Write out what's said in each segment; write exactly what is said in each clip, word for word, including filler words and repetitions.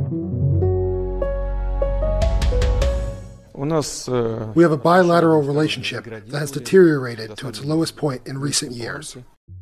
We have a bilateral relationship that has deteriorated to its lowest point in recent years.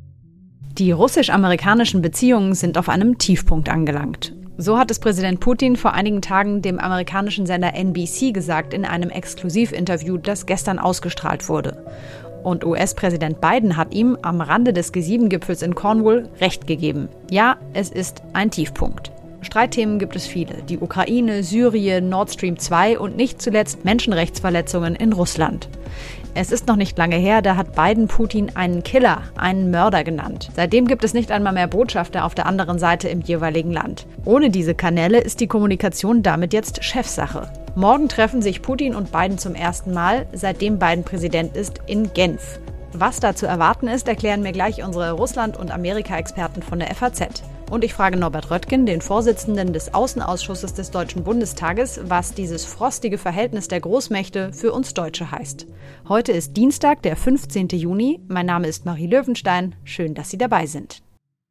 Die russisch-amerikanischen Beziehungen sind auf einem Tiefpunkt angelangt. So hat es Präsident Putin vor einigen Tagen dem amerikanischen Sender N B C gesagt in einem Exklusivinterview, das gestern ausgestrahlt wurde. Und U S-Präsident Biden hat ihm am Rande des G sieben Gipfels in Cornwall recht gegeben. Ja, es ist ein Tiefpunkt. Streitthemen gibt es viele. Die Ukraine, Syrien, Nord Stream zwei und nicht zuletzt Menschenrechtsverletzungen in Russland. Es ist noch nicht lange her, da hat Biden Putin einen Killer, einen Mörder genannt. Seitdem gibt es nicht einmal mehr Botschafter auf der anderen Seite im jeweiligen Land. Ohne diese Kanäle ist die Kommunikation damit jetzt Chefsache. Morgen treffen sich Putin und Biden zum ersten Mal, seitdem Biden Präsident ist, in Genf. Was da zu erwarten ist, erklären mir gleich unsere Russland- und Amerika-Experten von der F A Z. Und ich frage Norbert Röttgen, den Vorsitzenden des Außenausschusses des Deutschen Bundestages, was dieses frostige Verhältnis der Großmächte für uns Deutsche heißt. Heute ist Dienstag, der fünfzehnten Juni. Mein Name ist Marie Löwenstein. Schön, dass Sie dabei sind.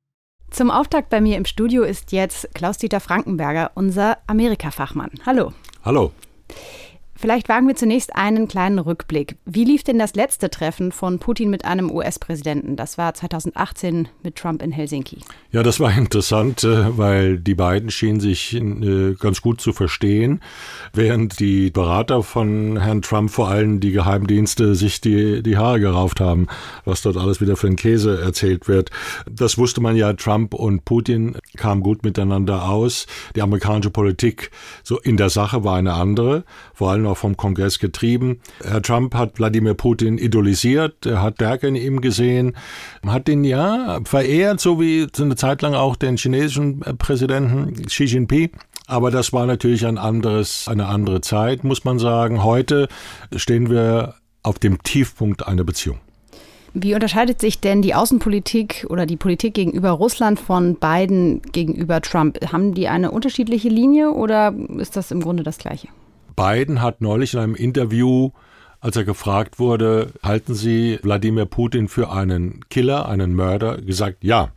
Zum Auftakt bei mir im Studio ist jetzt Klaus-Dieter Frankenberger, unser Amerika-Fachmann. Hallo. Hallo. Vielleicht wagen wir zunächst einen kleinen Rückblick. Wie lief denn das letzte Treffen von Putin mit einem U S-Präsidenten? Das war zweitausendachtzehn mit Trump in Helsinki. Ja, das war interessant, weil die beiden schienen sich ganz gut zu verstehen, während die Berater von Herrn Trump, vor allem die Geheimdienste, sich die, die Haare gerauft haben, was dort alles wieder für einen Käse erzählt wird. Das wusste man ja, Trump und Putin kamen gut miteinander aus. Die amerikanische Politik so in der Sache war eine andere, vor allem auch vom Kongress getrieben. Herr Trump hat Wladimir Putin idolisiert, er hat Stärke in ihm gesehen, hat ihn ja verehrt, so wie eine Zeit lang auch den chinesischen Präsidenten Xi Jinping. Aber das war natürlich ein anderes, eine andere Zeit, muss man sagen. Heute stehen wir auf dem Tiefpunkt einer Beziehung. Wie unterscheidet sich denn die Außenpolitik oder die Politik gegenüber Russland von Biden gegenüber Trump? Haben die eine unterschiedliche Linie oder ist das im Grunde das Gleiche? Biden hat neulich in einem Interview, als er gefragt wurde, halten Sie Wladimir Putin für einen Killer, einen Mörder, gesagt, ja.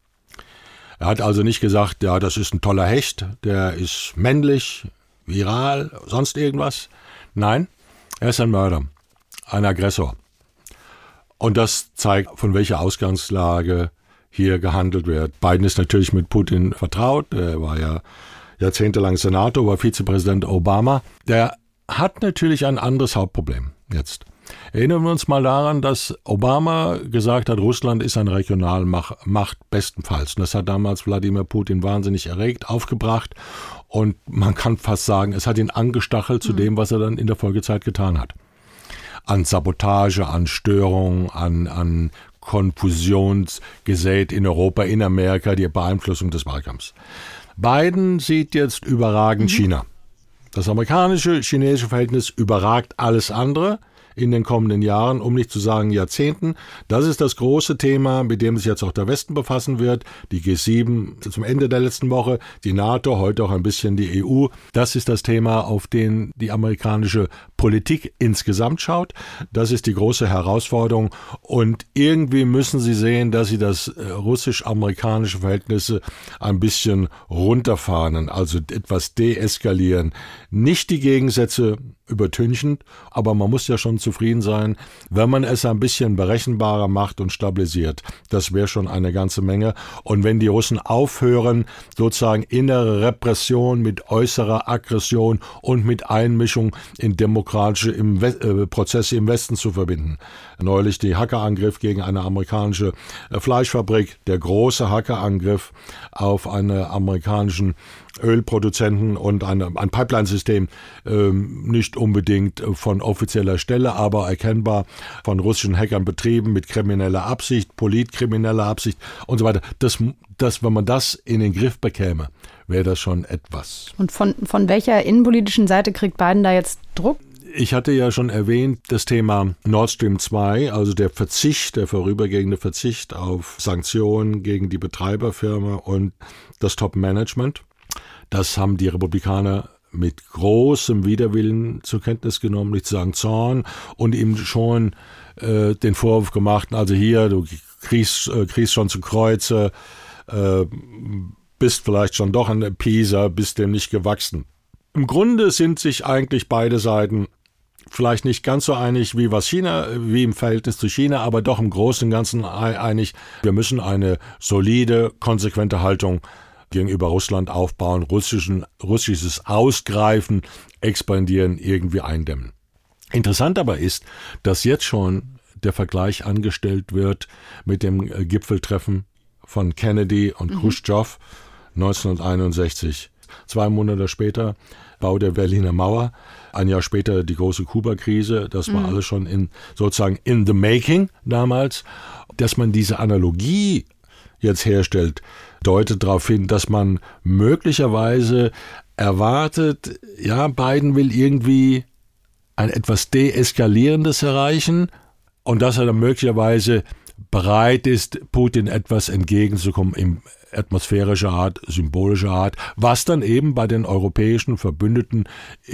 Er hat also nicht gesagt, ja, das ist ein toller Hecht, der ist männlich, viral, sonst irgendwas. Nein, er ist ein Mörder, ein Aggressor. Und das zeigt, von welcher Ausgangslage hier gehandelt wird. Biden ist natürlich mit Putin vertraut, er war ja jahrzehntelang Senator, war Vizepräsident Obama. Der hat natürlich ein anderes Hauptproblem jetzt. Erinnern wir uns mal daran, dass Obama gesagt hat, Russland ist eine Regionalmacht bestenfalls. Und das hat damals Wladimir Putin wahnsinnig erregt, aufgebracht. Und man kann fast sagen, es hat ihn angestachelt zu dem, was er dann in der Folgezeit getan hat. An Sabotage, an Störung, an, an Konfusion gesät in Europa, in Amerika, die Beeinflussung des Wahlkampfs. Biden sieht jetzt überragend mhm. China. Das amerikanische-chinesische Verhältnis überragt alles andere in den kommenden Jahren, um nicht zu sagen Jahrzehnten. Das ist das große Thema, mit dem sich jetzt auch der Westen befassen wird. Die G sieben zum Ende der letzten Woche, die NATO, heute auch ein bisschen die E U. Das ist das Thema, auf den die amerikanische Politik insgesamt schaut. Das ist die große Herausforderung. Und irgendwie müssen sie sehen, dass sie das russisch-amerikanische Verhältnis ein bisschen runterfahren, also etwas deeskalieren. Nicht die Gegensätze übertünchend, aber man muss ja schon zufrieden sein, wenn man es ein bisschen berechenbarer macht und stabilisiert. Das wäre schon eine ganze Menge. Und wenn die Russen aufhören, sozusagen innere Repression mit äußerer Aggression und mit Einmischung in demokratische im We- äh, Prozesse im Westen zu verbinden. Neulich die Hackerangriff gegen eine amerikanische äh, Fleischfabrik, der große Hackerangriff auf einen amerikanischen Ölproduzenten und eine, ein Pipeline-System, ähm, nicht unbedingt von offizieller Stelle, aber erkennbar von russischen Hackern betrieben, mit krimineller Absicht, politkrimineller Absicht und so weiter. Das, das, wenn man das in den Griff bekäme, wäre das schon etwas. Und von, von welcher innenpolitischen Seite kriegt Biden da jetzt Druck? Ich hatte ja schon erwähnt, das Thema Nord Stream zwei, also der Verzicht, der vorübergehende Verzicht auf Sanktionen gegen die Betreiberfirma und das Top-Management. Das haben die Republikaner mit großem Widerwillen zur Kenntnis genommen, nicht zu sagen Zorn, und ihm schon äh, den Vorwurf gemacht, also hier, du kriegst, äh, kriegst schon zu Kreuze, äh, bist vielleicht schon doch ein Appeaser, bist dem nicht gewachsen. Im Grunde sind sich eigentlich beide Seiten vielleicht nicht ganz so einig, wie was China, wie im Verhältnis zu China, aber doch im Großen und Ganzen einig. Wir müssen eine solide, konsequente Haltung gegenüber Russland aufbauen, russischen, russisches Ausgreifen, Expandieren irgendwie eindämmen. Interessant aber ist, dass jetzt schon der Vergleich angestellt wird mit dem Gipfeltreffen von Kennedy und mhm. Khrushchev neunzehnhunderteinundsechzig. Zwei Monate später Bau der Berliner Mauer, ein Jahr später die große Kuba-Krise, das war mhm. alles schon in, sozusagen in the making damals. Dass man diese Analogie jetzt herstellt, deutet darauf hin, dass man möglicherweise erwartet, ja, Biden will irgendwie ein etwas Deeskalierendes erreichen und dass er dann möglicherweise bereit ist, Putin etwas entgegenzukommen im atmosphärischer Art, symbolischer Art, was dann eben bei den europäischen Verbündeten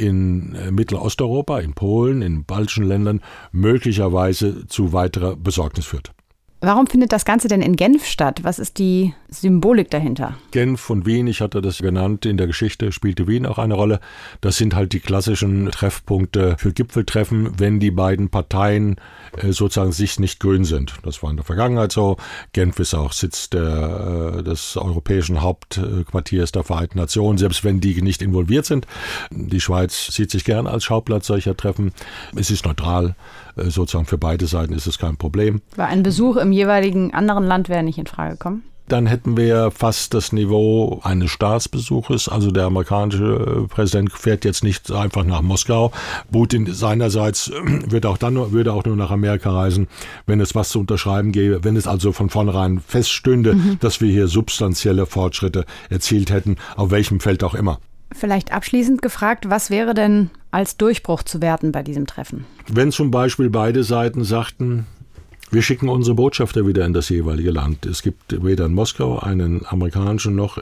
in Mittelosteuropa, in Polen, in baltischen Ländern möglicherweise zu weiterer Besorgnis führt. Warum findet das Ganze denn in Genf statt? Was ist die Symbolik dahinter? Genf und Wien, ich hatte das genannt, in der Geschichte spielte Wien auch eine Rolle. Das sind halt die klassischen Treffpunkte für Gipfeltreffen, wenn die beiden Parteien äh, sozusagen sich nicht grün sind. Das war in der Vergangenheit so. Genf ist auch Sitz der, äh, des europäischen Hauptquartiers der Vereinten Nationen, selbst wenn die nicht involviert sind. Die Schweiz sieht sich gern als Schauplatz solcher Treffen. Es ist neutral, äh, sozusagen für beide Seiten ist es kein Problem. War ein Besuch im jeweiligen anderen Land wäre nicht in Frage gekommen? Dann hätten wir fast das Niveau eines Staatsbesuches. Also der amerikanische Präsident fährt jetzt nicht einfach nach Moskau. Putin seinerseits wird auch dann nur, würde auch nur nach Amerika reisen, wenn es was zu unterschreiben gäbe. Wenn es also von vornherein feststünde, mhm. dass wir hier substanzielle Fortschritte erzielt hätten, auf welchem Feld auch immer. Vielleicht abschließend gefragt, was wäre denn als Durchbruch zu werten bei diesem Treffen? Wenn zum Beispiel beide Seiten sagten, wir schicken unsere Botschafter wieder in das jeweilige Land. Es gibt weder in Moskau einen amerikanischen noch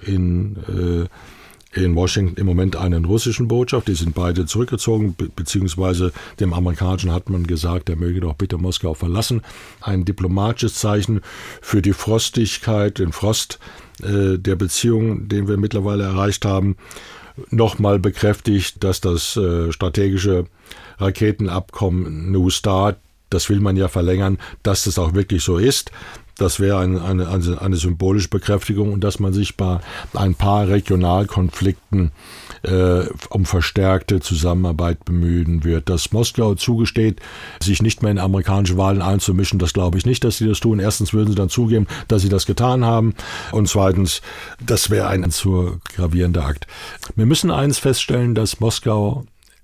in, äh, in Washington im Moment einen russischen Botschafter. Die sind beide zurückgezogen, be- beziehungsweise dem amerikanischen hat man gesagt, er möge doch bitte Moskau verlassen. Ein diplomatisches Zeichen für die Frostigkeit, den Frost äh, der Beziehungen, den wir mittlerweile erreicht haben. Nochmal bekräftigt, dass das äh, strategische Raketenabkommen New START, das will man ja verlängern, dass das auch wirklich so ist. Das wäre eine, eine, eine symbolische Bekräftigung und dass man sich bei ein paar Regionalkonflikten äh, um verstärkte Zusammenarbeit bemühen wird. Dass Moskau zugesteht, sich nicht mehr in amerikanische Wahlen einzumischen, das glaube ich nicht, dass sie das tun. Erstens würden sie dann zugeben, dass sie das getan haben und zweitens, das wäre ein zu gravierender Akt. Wir müssen eins feststellen, dass Moskau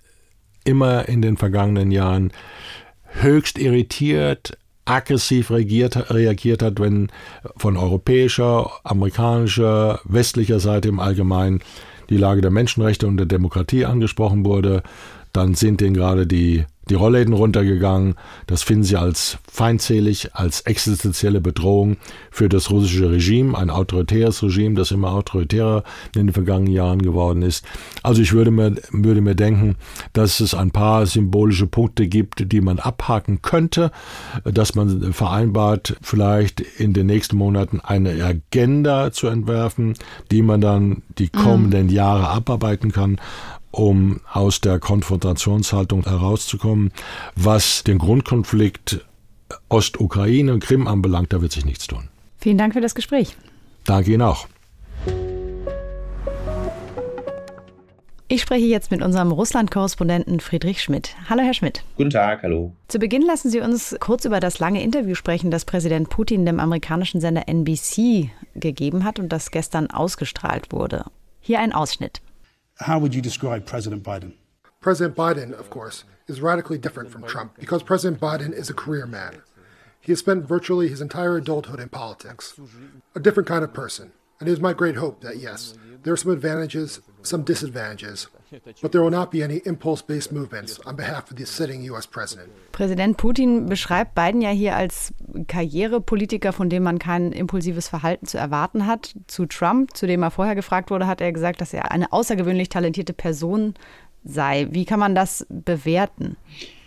immer in den vergangenen Jahren höchst irritiert, aggressiv reagiert, reagiert hat, wenn von europäischer, amerikanischer, westlicher Seite im Allgemeinen die Lage der Menschenrechte und der Demokratie angesprochen wurde. Dann sind denen gerade die, die Rollläden runtergegangen. Das finden sie als feindselig, als existenzielle Bedrohung für das russische Regime, ein autoritäres Regime, das immer autoritärer in den vergangenen Jahren geworden ist. Also ich würde mir, würde mir denken, dass es ein paar symbolische Punkte gibt, die man abhaken könnte, dass man vereinbart, vielleicht in den nächsten Monaten eine Agenda zu entwerfen, die man dann die kommenden mhm. Jahre abarbeiten kann, um aus der Konfrontationshaltung herauszukommen. Was den Grundkonflikt Ostukraine und Krim anbelangt, da wird sich nichts tun. Vielen Dank für das Gespräch. Danke Ihnen auch. Ich spreche jetzt mit unserem Russland-Korrespondenten Friedrich Schmidt. Hallo, Herr Schmidt. Guten Tag, hallo. Zu Beginn lassen Sie uns kurz über das lange Interview sprechen, das Präsident Putin dem amerikanischen Sender N B C gegeben hat und das gestern ausgestrahlt wurde. Hier ein Ausschnitt. How would you describe President Biden? President Biden, of course, is radically different from Trump because President Biden is a career man. He has spent virtually his entire adulthood in politics. A different kind of person. And it is my great hope that, yes, there are some advantages, some disadvantages, but there will not be any impulse-based movements on behalf of the sitting U S President. Präsident Putin beschreibt Biden ja hier als Karrierepolitiker, von dem man kein impulsives Verhalten zu erwarten hat. Zu Trump, zu dem er vorher gefragt wurde, hat er gesagt, dass er eine außergewöhnlich talentierte Person sei. Wie kann man das bewerten?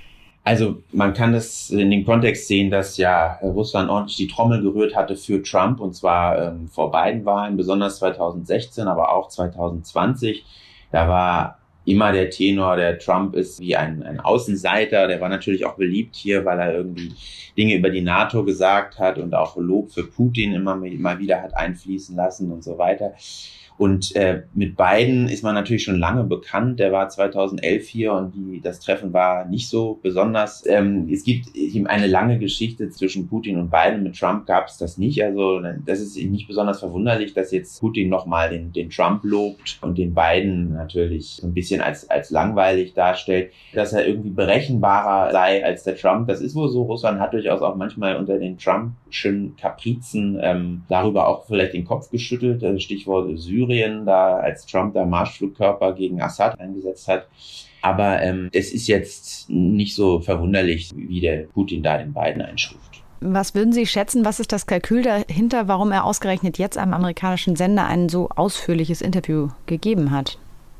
Also man kann das in den Kontext sehen, dass ja Russland ordentlich die Trommel gerührt hatte für Trump, und zwar ähm, vor beiden Wahlen, besonders zwanzig sechzehn, aber auch zwanzig zwanzig. Da war immer der Tenor, der Trump ist wie ein, ein Außenseiter. Der war natürlich auch beliebt hier, weil er irgendwie Dinge über die NATO gesagt hat und auch Lob für Putin immer mal wieder hat einfließen lassen und so weiter. Und äh, mit Biden ist man natürlich schon lange bekannt. Der war zweitausendelf hier und die, das Treffen war nicht so besonders. Ähm, es gibt eben eine lange Geschichte zwischen Putin und Biden. Mit Trump gab es das nicht. Also das ist nicht besonders verwunderlich, dass jetzt Putin nochmal den, den Trump lobt und den Biden natürlich so ein bisschen als, als langweilig darstellt. Dass er irgendwie berechenbarer sei als der Trump, das ist wohl so. Russland hat durchaus auch manchmal unter den Trumpschen Kaprizen ähm, darüber auch vielleicht den Kopf geschüttelt. Also Stichwort Syrien. Da, als Trump da Marschflugkörper gegen Assad eingesetzt hat. Aber ähm, es ist jetzt nicht so verwunderlich, wie der Putin da den Biden einstuft. Was würden Sie schätzen, was ist das Kalkül dahinter, warum er ausgerechnet jetzt einem amerikanischen Sender ein so ausführliches Interview gegeben hat?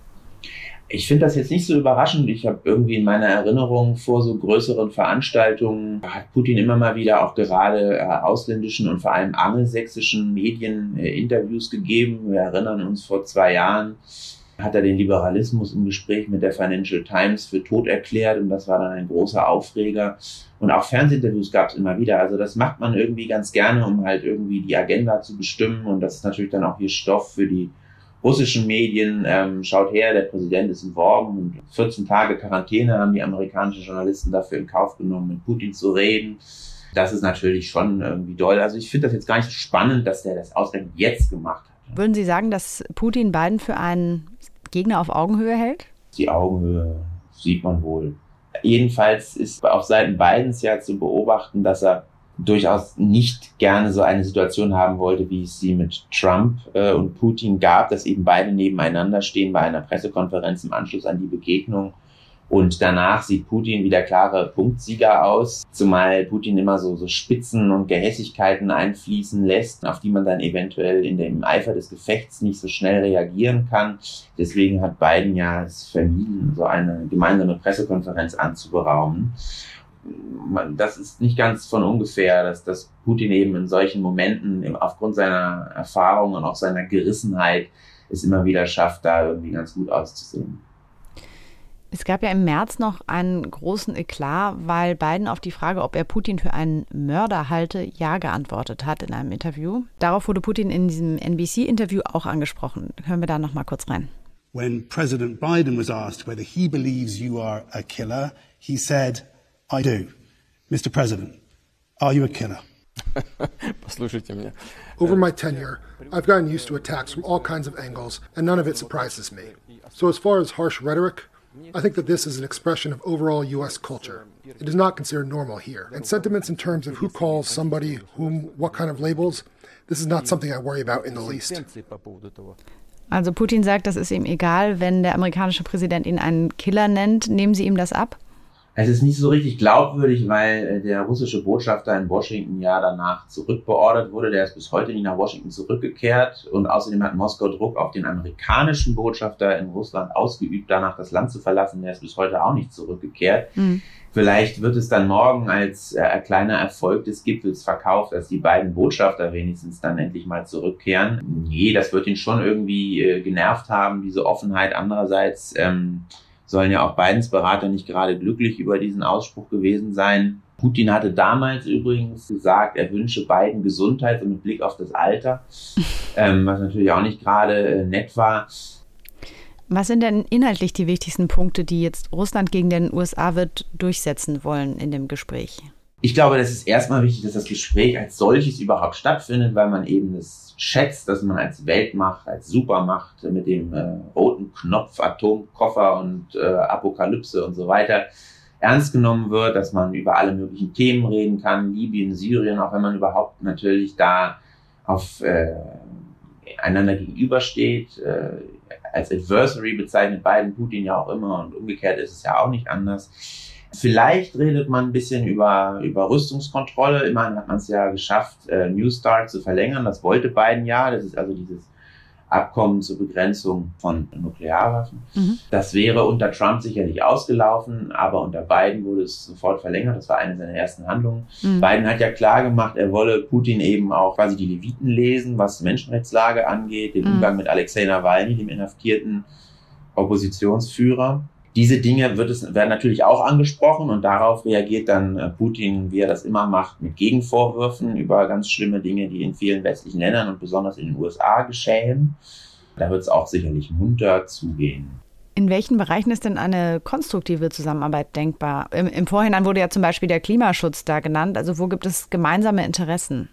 Ich finde das jetzt nicht so überraschend. Ich habe irgendwie in meiner Erinnerung vor so größeren Veranstaltungen hat Putin immer mal wieder auch gerade äh, ausländischen und vor allem angelsächsischen Medien äh, Interviews gegeben. Wir erinnern uns, vor zwei Jahren hat er den Liberalismus im Gespräch mit der Financial Times für tot erklärt und das war dann ein großer Aufreger. Und auch Fernsehinterviews gab es immer wieder. Also das macht man irgendwie ganz gerne, um halt irgendwie die Agenda zu bestimmen, und das ist natürlich dann auch hier Stoff für die russischen Medien. Ähm, schaut her, der Präsident ist in Worm und vierzehn Tage Quarantäne haben die amerikanischen Journalisten dafür in Kauf genommen, mit Putin zu reden. Das ist natürlich schon irgendwie doll. Also ich finde das jetzt gar nicht so spannend, dass der das ausgerechnet jetzt gemacht hat. Würden Sie sagen, dass Putin Biden für einen Gegner auf Augenhöhe hält? Die Augenhöhe sieht man wohl. Jedenfalls ist auf Seiten Bidens ja zu beobachten, dass er durchaus nicht gerne so eine Situation haben wollte, wie es sie mit Trump äh, und Putin gab, dass eben beide nebeneinander stehen bei einer Pressekonferenz im Anschluss an die Begegnung. Und danach sieht Putin wie der klare Punktsieger aus, zumal Putin immer so, so Spitzen und Gehässigkeiten einfließen lässt, auf die man dann eventuell in dem Eifer des Gefechts nicht so schnell reagieren kann. Deswegen hat Biden ja es vermieden, so eine gemeinsame Pressekonferenz anzuberaumen. Das ist nicht ganz von ungefähr, dass, dass Putin eben in solchen Momenten aufgrund seiner Erfahrung und auch seiner Gerissenheit es immer wieder schafft, da irgendwie ganz gut auszusehen. Es gab ja im März noch einen großen Eklat, weil Biden auf die Frage, ob er Putin für einen Mörder halte, ja geantwortet hat in einem Interview. Darauf wurde Putin in diesem N B C-Interview auch angesprochen. Hören wir da noch mal kurz rein. When President Biden was asked whether he believes you are a killer, he said, I do. Mister President, are you a killer? Over my tenure, I've gotten used to attacks from all kinds of angles, and none of it surprises me. So as far as harsh rhetoric, I think that this is an expression of overall U S culture. It is not considered normal here. And sentiments in terms of who calls somebody whom what kind of labels, this is not something I worry about in the least. Also Putin sagt, das ist ihm egal, wenn der amerikanische Präsident ihn einen Killer nennt. Nehmen Sie ihm das ab? Es ist nicht so richtig glaubwürdig, weil der russische Botschafter in Washington ja danach zurückbeordert wurde. Der ist bis heute nicht nach Washington zurückgekehrt. Und außerdem hat Moskau Druck auf den amerikanischen Botschafter in Russland ausgeübt, danach das Land zu verlassen. Der ist bis heute auch nicht zurückgekehrt. Mhm. Vielleicht wird es dann morgen als äh, kleiner Erfolg des Gipfels verkauft, dass die beiden Botschafter wenigstens dann endlich mal zurückkehren. Nee, das wird ihn schon irgendwie äh, genervt haben, diese Offenheit. Andererseits ähm, sollen ja auch Bidens Berater nicht gerade glücklich über diesen Ausspruch gewesen sein. Putin hatte damals übrigens gesagt, er wünsche Biden Gesundheit und mit Blick auf das Alter, ähm, was natürlich auch nicht gerade äh, nett war. Was sind denn inhaltlich die wichtigsten Punkte, die jetzt Russland gegen den U S A wird durchsetzen wollen in dem Gespräch? Ich glaube, das ist erstmal wichtig, dass das Gespräch als solches überhaupt stattfindet, weil man eben das schätzt, dass man als Weltmacht, als Supermacht mit dem äh, roten Knopf, Atomkoffer und äh, Apokalypse und so weiter ernst genommen wird, dass man über alle möglichen Themen reden kann, Libyen, Syrien, auch wenn man überhaupt natürlich da auf äh, einander gegenübersteht. Äh, als Adversary bezeichnet Biden Putin ja auch immer und umgekehrt ist es ja auch nicht anders. Vielleicht redet man ein bisschen über, über Rüstungskontrolle. Immerhin hat man es ja geschafft, äh, New START zu verlängern. Das wollte Biden ja. Das ist also dieses Abkommen zur Begrenzung von Nuklearwaffen. Mhm. Das wäre unter Trump sicherlich ausgelaufen, aber unter Biden wurde es sofort verlängert. Das war eine seiner ersten Handlungen. Mhm. Biden hat ja klar gemacht, er wolle Putin eben auch quasi die Leviten lesen, was Menschenrechtslage angeht, den mhm. Umgang mit Alexei Nawalny, dem inhaftierten Oppositionsführer. Diese Dinge wird es, werden natürlich auch angesprochen und darauf reagiert dann Putin, wie er das immer macht, mit Gegenvorwürfen über ganz schlimme Dinge, die in vielen westlichen Ländern und besonders in den U S A geschehen. Da wird es auch sicherlich munter zugehen. In welchen Bereichen ist denn eine konstruktive Zusammenarbeit denkbar? Im, im Vorhinein wurde ja zum Beispiel der Klimaschutz da genannt. Also wo gibt es gemeinsame Interessen?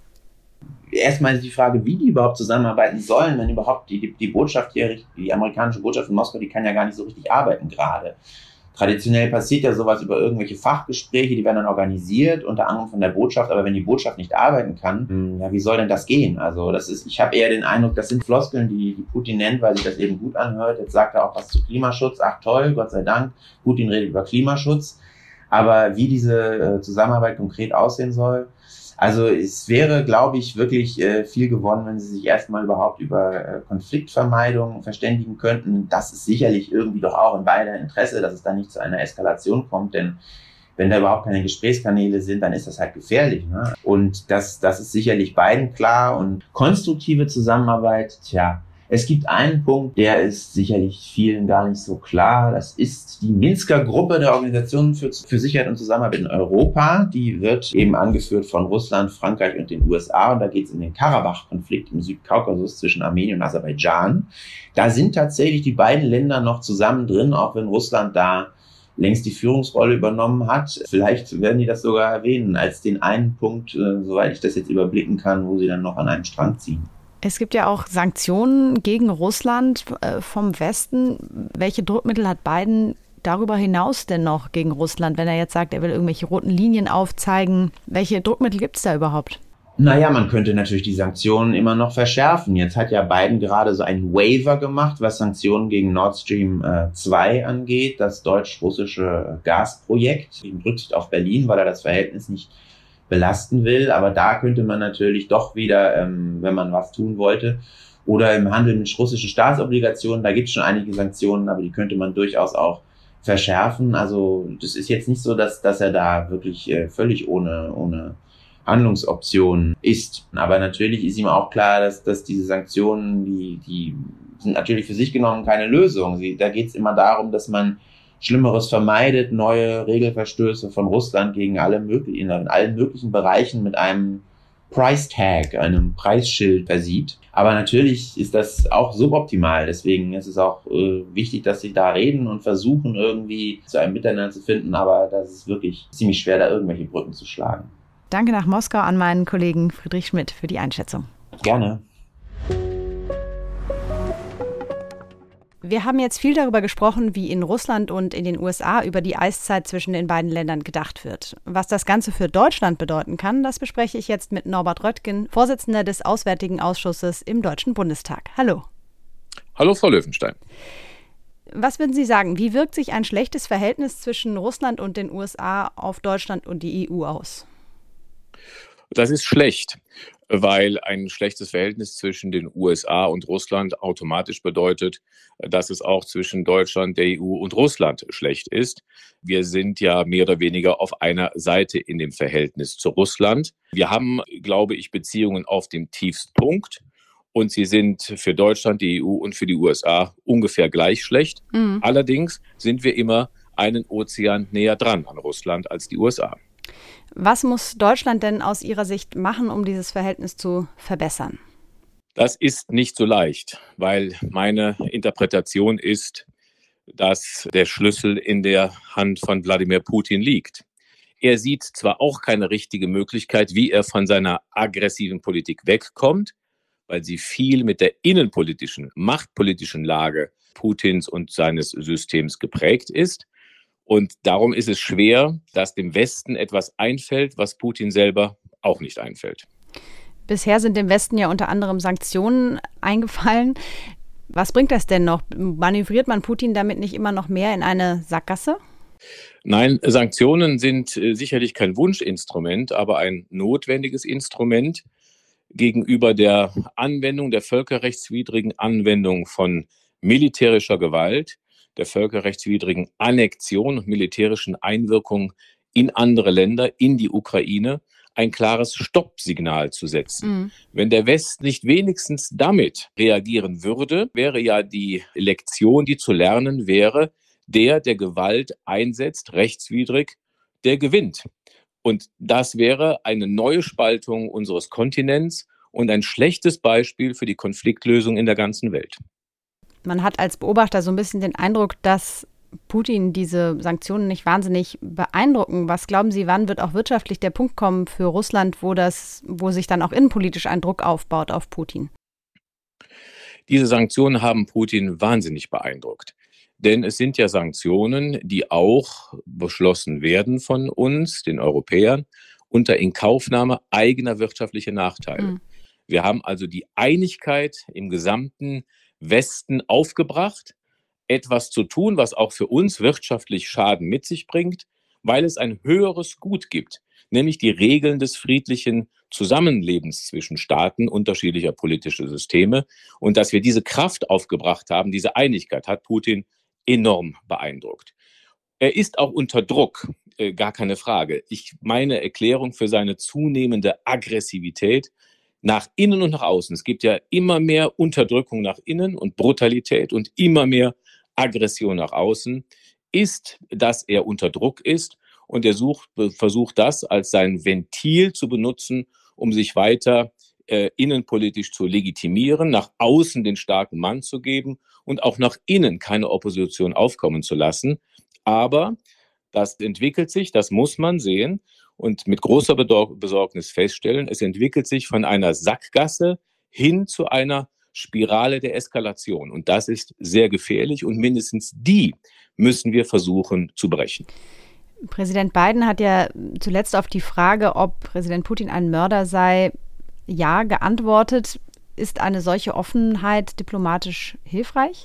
Erstmal ist die Frage, wie die überhaupt zusammenarbeiten sollen, wenn überhaupt die, die, die Botschaft hier, die amerikanische Botschaft in Moskau, die kann ja gar nicht so richtig arbeiten gerade. Traditionell passiert ja sowas über irgendwelche Fachgespräche, die werden dann organisiert, unter anderem von der Botschaft, aber wenn die Botschaft nicht arbeiten kann, ja, wie soll denn das gehen? Also das ist, ich habe eher den Eindruck, das sind Floskeln, die, die Putin nennt, weil sich das eben gut anhört. Jetzt sagt er auch was zu Klimaschutz, ach toll, Gott sei Dank, Putin redet über Klimaschutz, aber wie diese äh, Zusammenarbeit konkret aussehen soll, also es wäre, glaube ich, wirklich äh, viel gewonnen, wenn sie sich erstmal überhaupt über äh, Konfliktvermeidung verständigen könnten. Das ist sicherlich irgendwie doch auch in beider Interesse, dass es dann nicht zu einer Eskalation kommt, denn wenn da überhaupt keine Gesprächskanäle sind, dann ist das halt gefährlich, ne? Und das, das ist sicherlich beiden klar. Und konstruktive Zusammenarbeit, tja, es gibt einen Punkt, der ist sicherlich vielen gar nicht so klar. Das ist die Minsker Gruppe der Organisation für, für Sicherheit und Zusammenarbeit in Europa. Die wird eben angeführt von Russland, Frankreich und den U S A. Und da geht es um den Karabach-Konflikt im Südkaukasus zwischen Armenien und Aserbaidschan. Da sind tatsächlich die beiden Länder noch zusammen drin, auch wenn Russland da längst die Führungsrolle übernommen hat. Vielleicht werden die das sogar erwähnen als den einen Punkt, äh, soweit ich das jetzt überblicken kann, wo sie dann noch an einem Strang ziehen. Es gibt ja auch Sanktionen gegen Russland äh, vom Westen. Welche Druckmittel hat Biden darüber hinaus denn noch gegen Russland, wenn er jetzt sagt, er will irgendwelche roten Linien aufzeigen? Welche Druckmittel gibt es da überhaupt? Naja, man könnte natürlich die Sanktionen immer noch verschärfen. Jetzt hat ja Biden gerade so einen Waiver gemacht, was Sanktionen gegen Nord Stream zwei angeht, das deutsch-russische Gasprojekt, in Rücksicht auf Berlin, weil er das Verhältnis nicht belasten will. Aber da könnte man natürlich doch wieder, ähm, wenn man was tun wollte, oder im Handel mit russischen Staatsobligationen, da gibt es schon einige Sanktionen, aber die könnte man durchaus auch verschärfen. Also das ist jetzt nicht so, dass, dass er da wirklich äh, völlig ohne, ohne Handlungsoptionen ist. Aber natürlich ist ihm auch klar, dass, dass diese Sanktionen, die, die sind natürlich für sich genommen keine Lösung. Sie, da geht es immer darum, dass man Schlimmeres vermeidet, neue Regelverstöße von Russland gegen alle möglichen, in allen möglichen Bereichen mit einem Price Tag, einem Preisschild versieht. Aber natürlich ist das auch suboptimal. Deswegen ist es auch äh, wichtig, dass sie da reden und versuchen, irgendwie zu einem Miteinander zu finden. Aber das ist wirklich ziemlich schwer, da irgendwelche Brücken zu schlagen. Danke nach Moskau an meinen Kollegen Friedrich Schmidt für die Einschätzung. Gerne. Wir haben jetzt viel darüber gesprochen, wie in Russland und in den U S A über die Eiszeit zwischen den beiden Ländern gedacht wird. Was das Ganze für Deutschland bedeuten kann, das bespreche ich jetzt mit Norbert Röttgen, Vorsitzender des Auswärtigen Ausschusses im Deutschen Bundestag. Hallo. Hallo, Frau Löwenstein. Was würden Sie sagen, wie wirkt sich ein schlechtes Verhältnis zwischen Russland und den U S A auf Deutschland und die E U aus? Das ist schlecht, weil ein schlechtes Verhältnis zwischen den U S A und Russland automatisch bedeutet, dass es auch zwischen Deutschland, der E U und Russland schlecht ist. Wir sind ja mehr oder weniger auf einer Seite in dem Verhältnis zu Russland. Wir haben, glaube ich, Beziehungen auf dem Tiefstpunkt und sie sind für Deutschland, die E U und für die U S A ungefähr gleich schlecht. Mhm. Allerdings sind wir immer einen Ozean näher dran an Russland als die U S A. Was muss Deutschland denn aus Ihrer Sicht machen, um dieses Verhältnis zu verbessern? Das ist nicht so leicht, weil meine Interpretation ist, dass der Schlüssel in der Hand von Wladimir Putin liegt. Er sieht zwar auch keine richtige Möglichkeit, wie er von seiner aggressiven Politik wegkommt, weil sie viel mit der innenpolitischen, machtpolitischen Lage Putins und seines Systems geprägt ist. Und darum ist es schwer, dass dem Westen etwas einfällt, was Putin selber auch nicht einfällt. Bisher sind dem Westen ja unter anderem Sanktionen eingefallen. Was bringt das denn noch? Manövriert man Putin damit nicht immer noch mehr in eine Sackgasse? Nein, Sanktionen sind sicherlich kein Wunschinstrument, aber ein notwendiges Instrument. gegenüber der Anwendung, der völkerrechtswidrigen Anwendung von militärischer Gewalt, der völkerrechtswidrigen Annexion und militärischen Einwirkung in andere Länder, in die Ukraine, ein klares Stoppsignal zu setzen. Mhm. Wenn der Westen nicht wenigstens damit reagieren würde, wäre ja die Lektion, die zu lernen wäre, der, der Gewalt einsetzt, rechtswidrig, der gewinnt. Und das wäre eine neue Spaltung unseres Kontinents und ein schlechtes Beispiel für die Konfliktlösung in der ganzen Welt. Man hat als Beobachter so ein bisschen den Eindruck, dass Putin diese Sanktionen nicht wahnsinnig beeindrucken. Was glauben Sie, wann wird auch wirtschaftlich der Punkt kommen für Russland, wo das, wo sich dann auch innenpolitisch ein Druck aufbaut auf Putin? Diese Sanktionen haben Putin wahnsinnig beeindruckt. Denn es sind ja Sanktionen, die auch beschlossen werden von uns, den Europäern, unter Inkaufnahme eigener wirtschaftlicher Nachteile. Mhm. Wir haben also die Einigkeit im gesamten Westen aufgebracht, etwas zu tun, was auch für uns wirtschaftlich Schaden mit sich bringt, weil es ein höheres Gut gibt, nämlich die Regeln des friedlichen Zusammenlebens zwischen Staaten unterschiedlicher politischer Systeme. Und dass wir diese Kraft aufgebracht haben, diese Einigkeit, hat Putin enorm beeindruckt. Er ist auch unter Druck, äh, gar keine Frage. Ich meine Erklärung für seine zunehmende Aggressivität nach innen und nach außen. Es gibt ja immer mehr Unterdrückung nach innen und Brutalität und immer mehr Aggression nach außen, ist, dass er unter Druck ist und er sucht, versucht das als sein Ventil zu benutzen, um sich weiter äh, innenpolitisch zu legitimieren, nach außen den starken Mann zu geben und auch nach innen keine Opposition aufkommen zu lassen. Aber das entwickelt sich, das muss man sehen und mit großer Besorgnis feststellen, es entwickelt sich von einer Sackgasse hin zu einer Spirale der Eskalation. Und das ist sehr gefährlich und mindestens die müssen wir versuchen zu brechen. Präsident Biden hat ja zuletzt auf die Frage, ob Präsident Putin ein Mörder sei, ja geantwortet. Ist eine solche Offenheit diplomatisch hilfreich?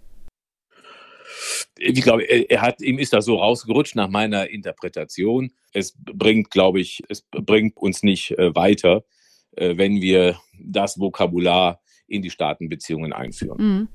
Ich glaube, er hat, ihm ist das so rausgerutscht nach meiner Interpretation. Es bringt, glaube ich, es bringt uns nicht äh, weiter, äh, wenn wir das Vokabular in die Staatenbeziehungen einführen. Mhm.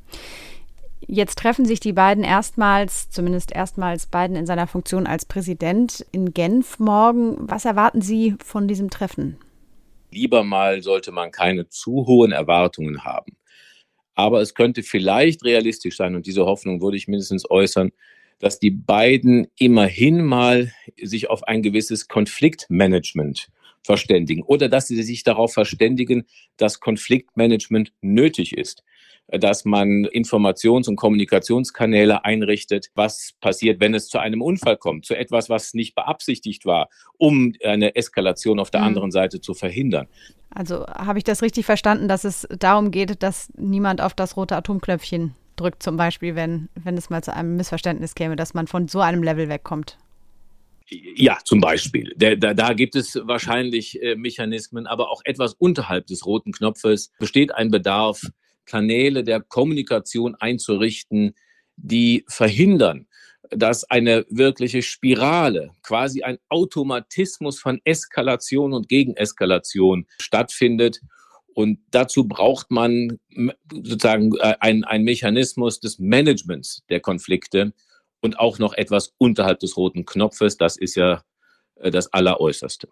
Jetzt treffen sich die beiden erstmals, zumindest erstmals Biden in seiner Funktion als Präsident in Genf morgen. Was erwarten Sie von diesem Treffen? Lieber mal sollte man keine zu hohen Erwartungen haben. Aber es könnte vielleicht realistisch sein, und diese Hoffnung würde ich mindestens äußern, dass die beiden immerhin mal sich auf ein gewisses Konfliktmanagement verständigen oder dass sie sich darauf verständigen, dass Konfliktmanagement nötig ist, dass man Informations- und Kommunikationskanäle einrichtet, was passiert, wenn es zu einem Unfall kommt, zu etwas, was nicht beabsichtigt war, um eine Eskalation auf der mhm. anderen Seite zu verhindern. Also habe ich das richtig verstanden, dass es darum geht, dass niemand auf das rote Atomknöpfchen drückt, zum Beispiel, wenn, wenn es mal zu einem Missverständnis käme, dass man von so einem Level wegkommt? Ja, zum Beispiel. Da, da, da gibt es wahrscheinlich äh, Mechanismen, aber auch etwas unterhalb des roten Knopfes besteht ein Bedarf, Kanäle der Kommunikation einzurichten, die verhindern, dass eine wirkliche Spirale, quasi ein Automatismus von Eskalation und Gegeneskalation stattfindet. Und dazu braucht man sozusagen einen, einen Mechanismus des Managements der Konflikte und auch noch etwas unterhalb des roten Knopfes. Das ist ja das Alleräußerste.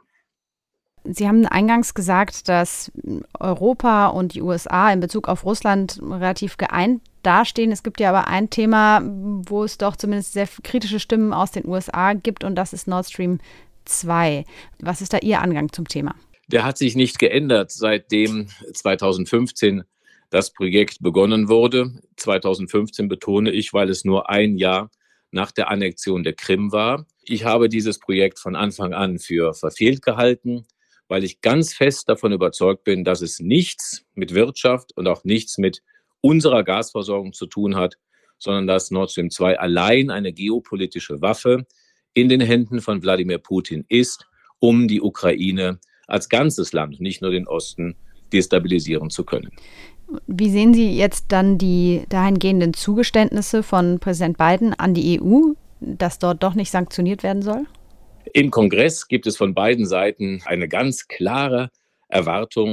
Sie haben eingangs gesagt, dass Europa und die U S A in Bezug auf Russland relativ geeint dastehen. Es gibt ja aber ein Thema, wo es doch zumindest sehr kritische Stimmen aus den U S A gibt, und das ist Nord Stream zwei. Was ist da Ihr Angang zum Thema? Der hat sich nicht geändert, seitdem zweitausendfünfzehn das Projekt begonnen wurde. zweitausendfünfzehn betone ich, weil es nur ein Jahr nach der Annexion der Krim war. Ich habe dieses Projekt von Anfang an für verfehlt gehalten, weil ich ganz fest davon überzeugt bin, dass es nichts mit Wirtschaft und auch nichts mit unserer Gasversorgung zu tun hat, sondern dass Nord Stream zwei allein eine geopolitische Waffe in den Händen von Wladimir Putin ist, um die Ukraine als ganzes Land, nicht nur den Osten, destabilisieren zu können. Wie sehen Sie jetzt dann die dahingehenden Zugeständnisse von Präsident Biden an die E U, dass dort doch nicht sanktioniert werden soll? Im Kongress gibt es von beiden Seiten eine ganz klare Erwartung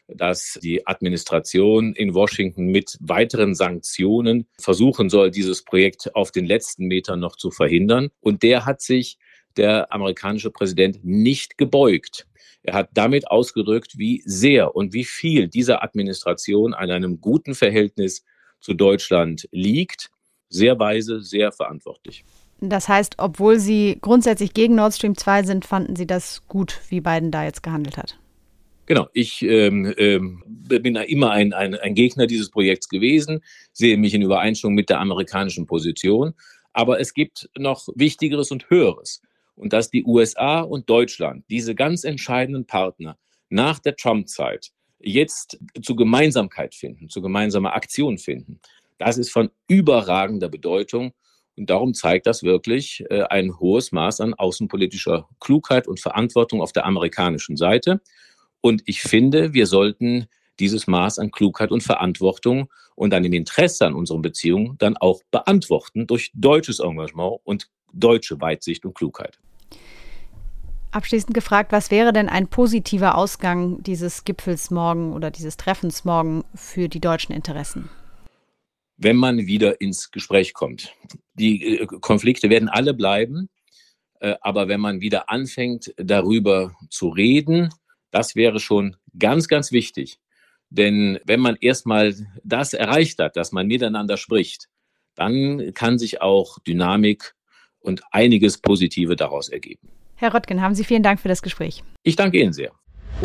dass die Administration in Washington mit weiteren Sanktionen versuchen soll, dieses Projekt auf den letzten Metern noch zu verhindern. Und der hat sich der amerikanische Präsident nicht gebeugt. Er hat damit ausgedrückt, wie sehr und wie viel dieser Administration an einem guten Verhältnis zu Deutschland liegt. Sehr weise, sehr verantwortlich. Das heißt, obwohl Sie grundsätzlich gegen Nord Stream zwei sind, fanden Sie das gut, wie Biden da jetzt gehandelt hat? Genau, ich ähm, ähm, bin immer ein, ein, ein Gegner dieses Projekts gewesen, sehe mich in Übereinstimmung mit der amerikanischen Position. Aber es gibt noch Wichtigeres und Höheres. Und dass die U S A und Deutschland, diese ganz entscheidenden Partner nach der Trump-Zeit, jetzt zu Gemeinsamkeit finden, zu gemeinsamer Aktion finden, das ist von überragender Bedeutung. Und darum zeigt das wirklich äh, ein hohes Maß an außenpolitischer Klugheit und Verantwortung auf der amerikanischen Seite. Und ich finde, wir sollten dieses Maß an Klugheit und Verantwortung und an dem Interesse an unseren Beziehungen dann auch beantworten durch deutsches Engagement und deutsche Weitsicht und Klugheit. Abschließend gefragt, was wäre denn ein positiver Ausgang dieses Gipfels morgen oder dieses Treffens morgen für die deutschen Interessen? Wenn man wieder ins Gespräch kommt. Die äh, Konflikte werden alle bleiben, äh, aber wenn man wieder anfängt, darüber zu reden, das wäre schon ganz, ganz wichtig. Denn wenn man erstmal das erreicht hat, dass man miteinander spricht, dann kann sich auch Dynamik und einiges Positive daraus ergeben. Herr Röttgen, haben Sie vielen Dank für das Gespräch. Ich danke Ihnen sehr.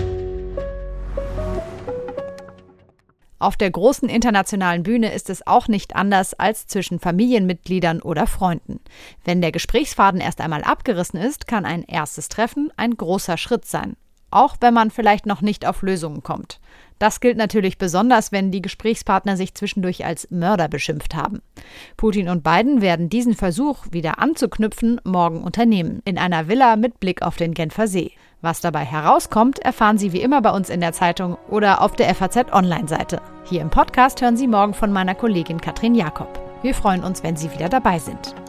Auf der großen internationalen Bühne ist es auch nicht anders als zwischen Familienmitgliedern oder Freunden. Wenn der Gesprächsfaden erst einmal abgerissen ist, kann ein erstes Treffen ein großer Schritt sein. Auch wenn man vielleicht noch nicht auf Lösungen kommt. Das gilt natürlich besonders, wenn die Gesprächspartner sich zwischendurch als Mörder beschimpft haben. Putin und Biden werden diesen Versuch, wieder anzuknüpfen, morgen unternehmen, in einer Villa mit Blick auf den Genfer See. Was dabei herauskommt, erfahren Sie wie immer bei uns in der Zeitung oder auf der F A Z-Online-Seite. Hier im Podcast hören Sie morgen von meiner Kollegin Katrin Jakob. Wir freuen uns, wenn Sie wieder dabei sind.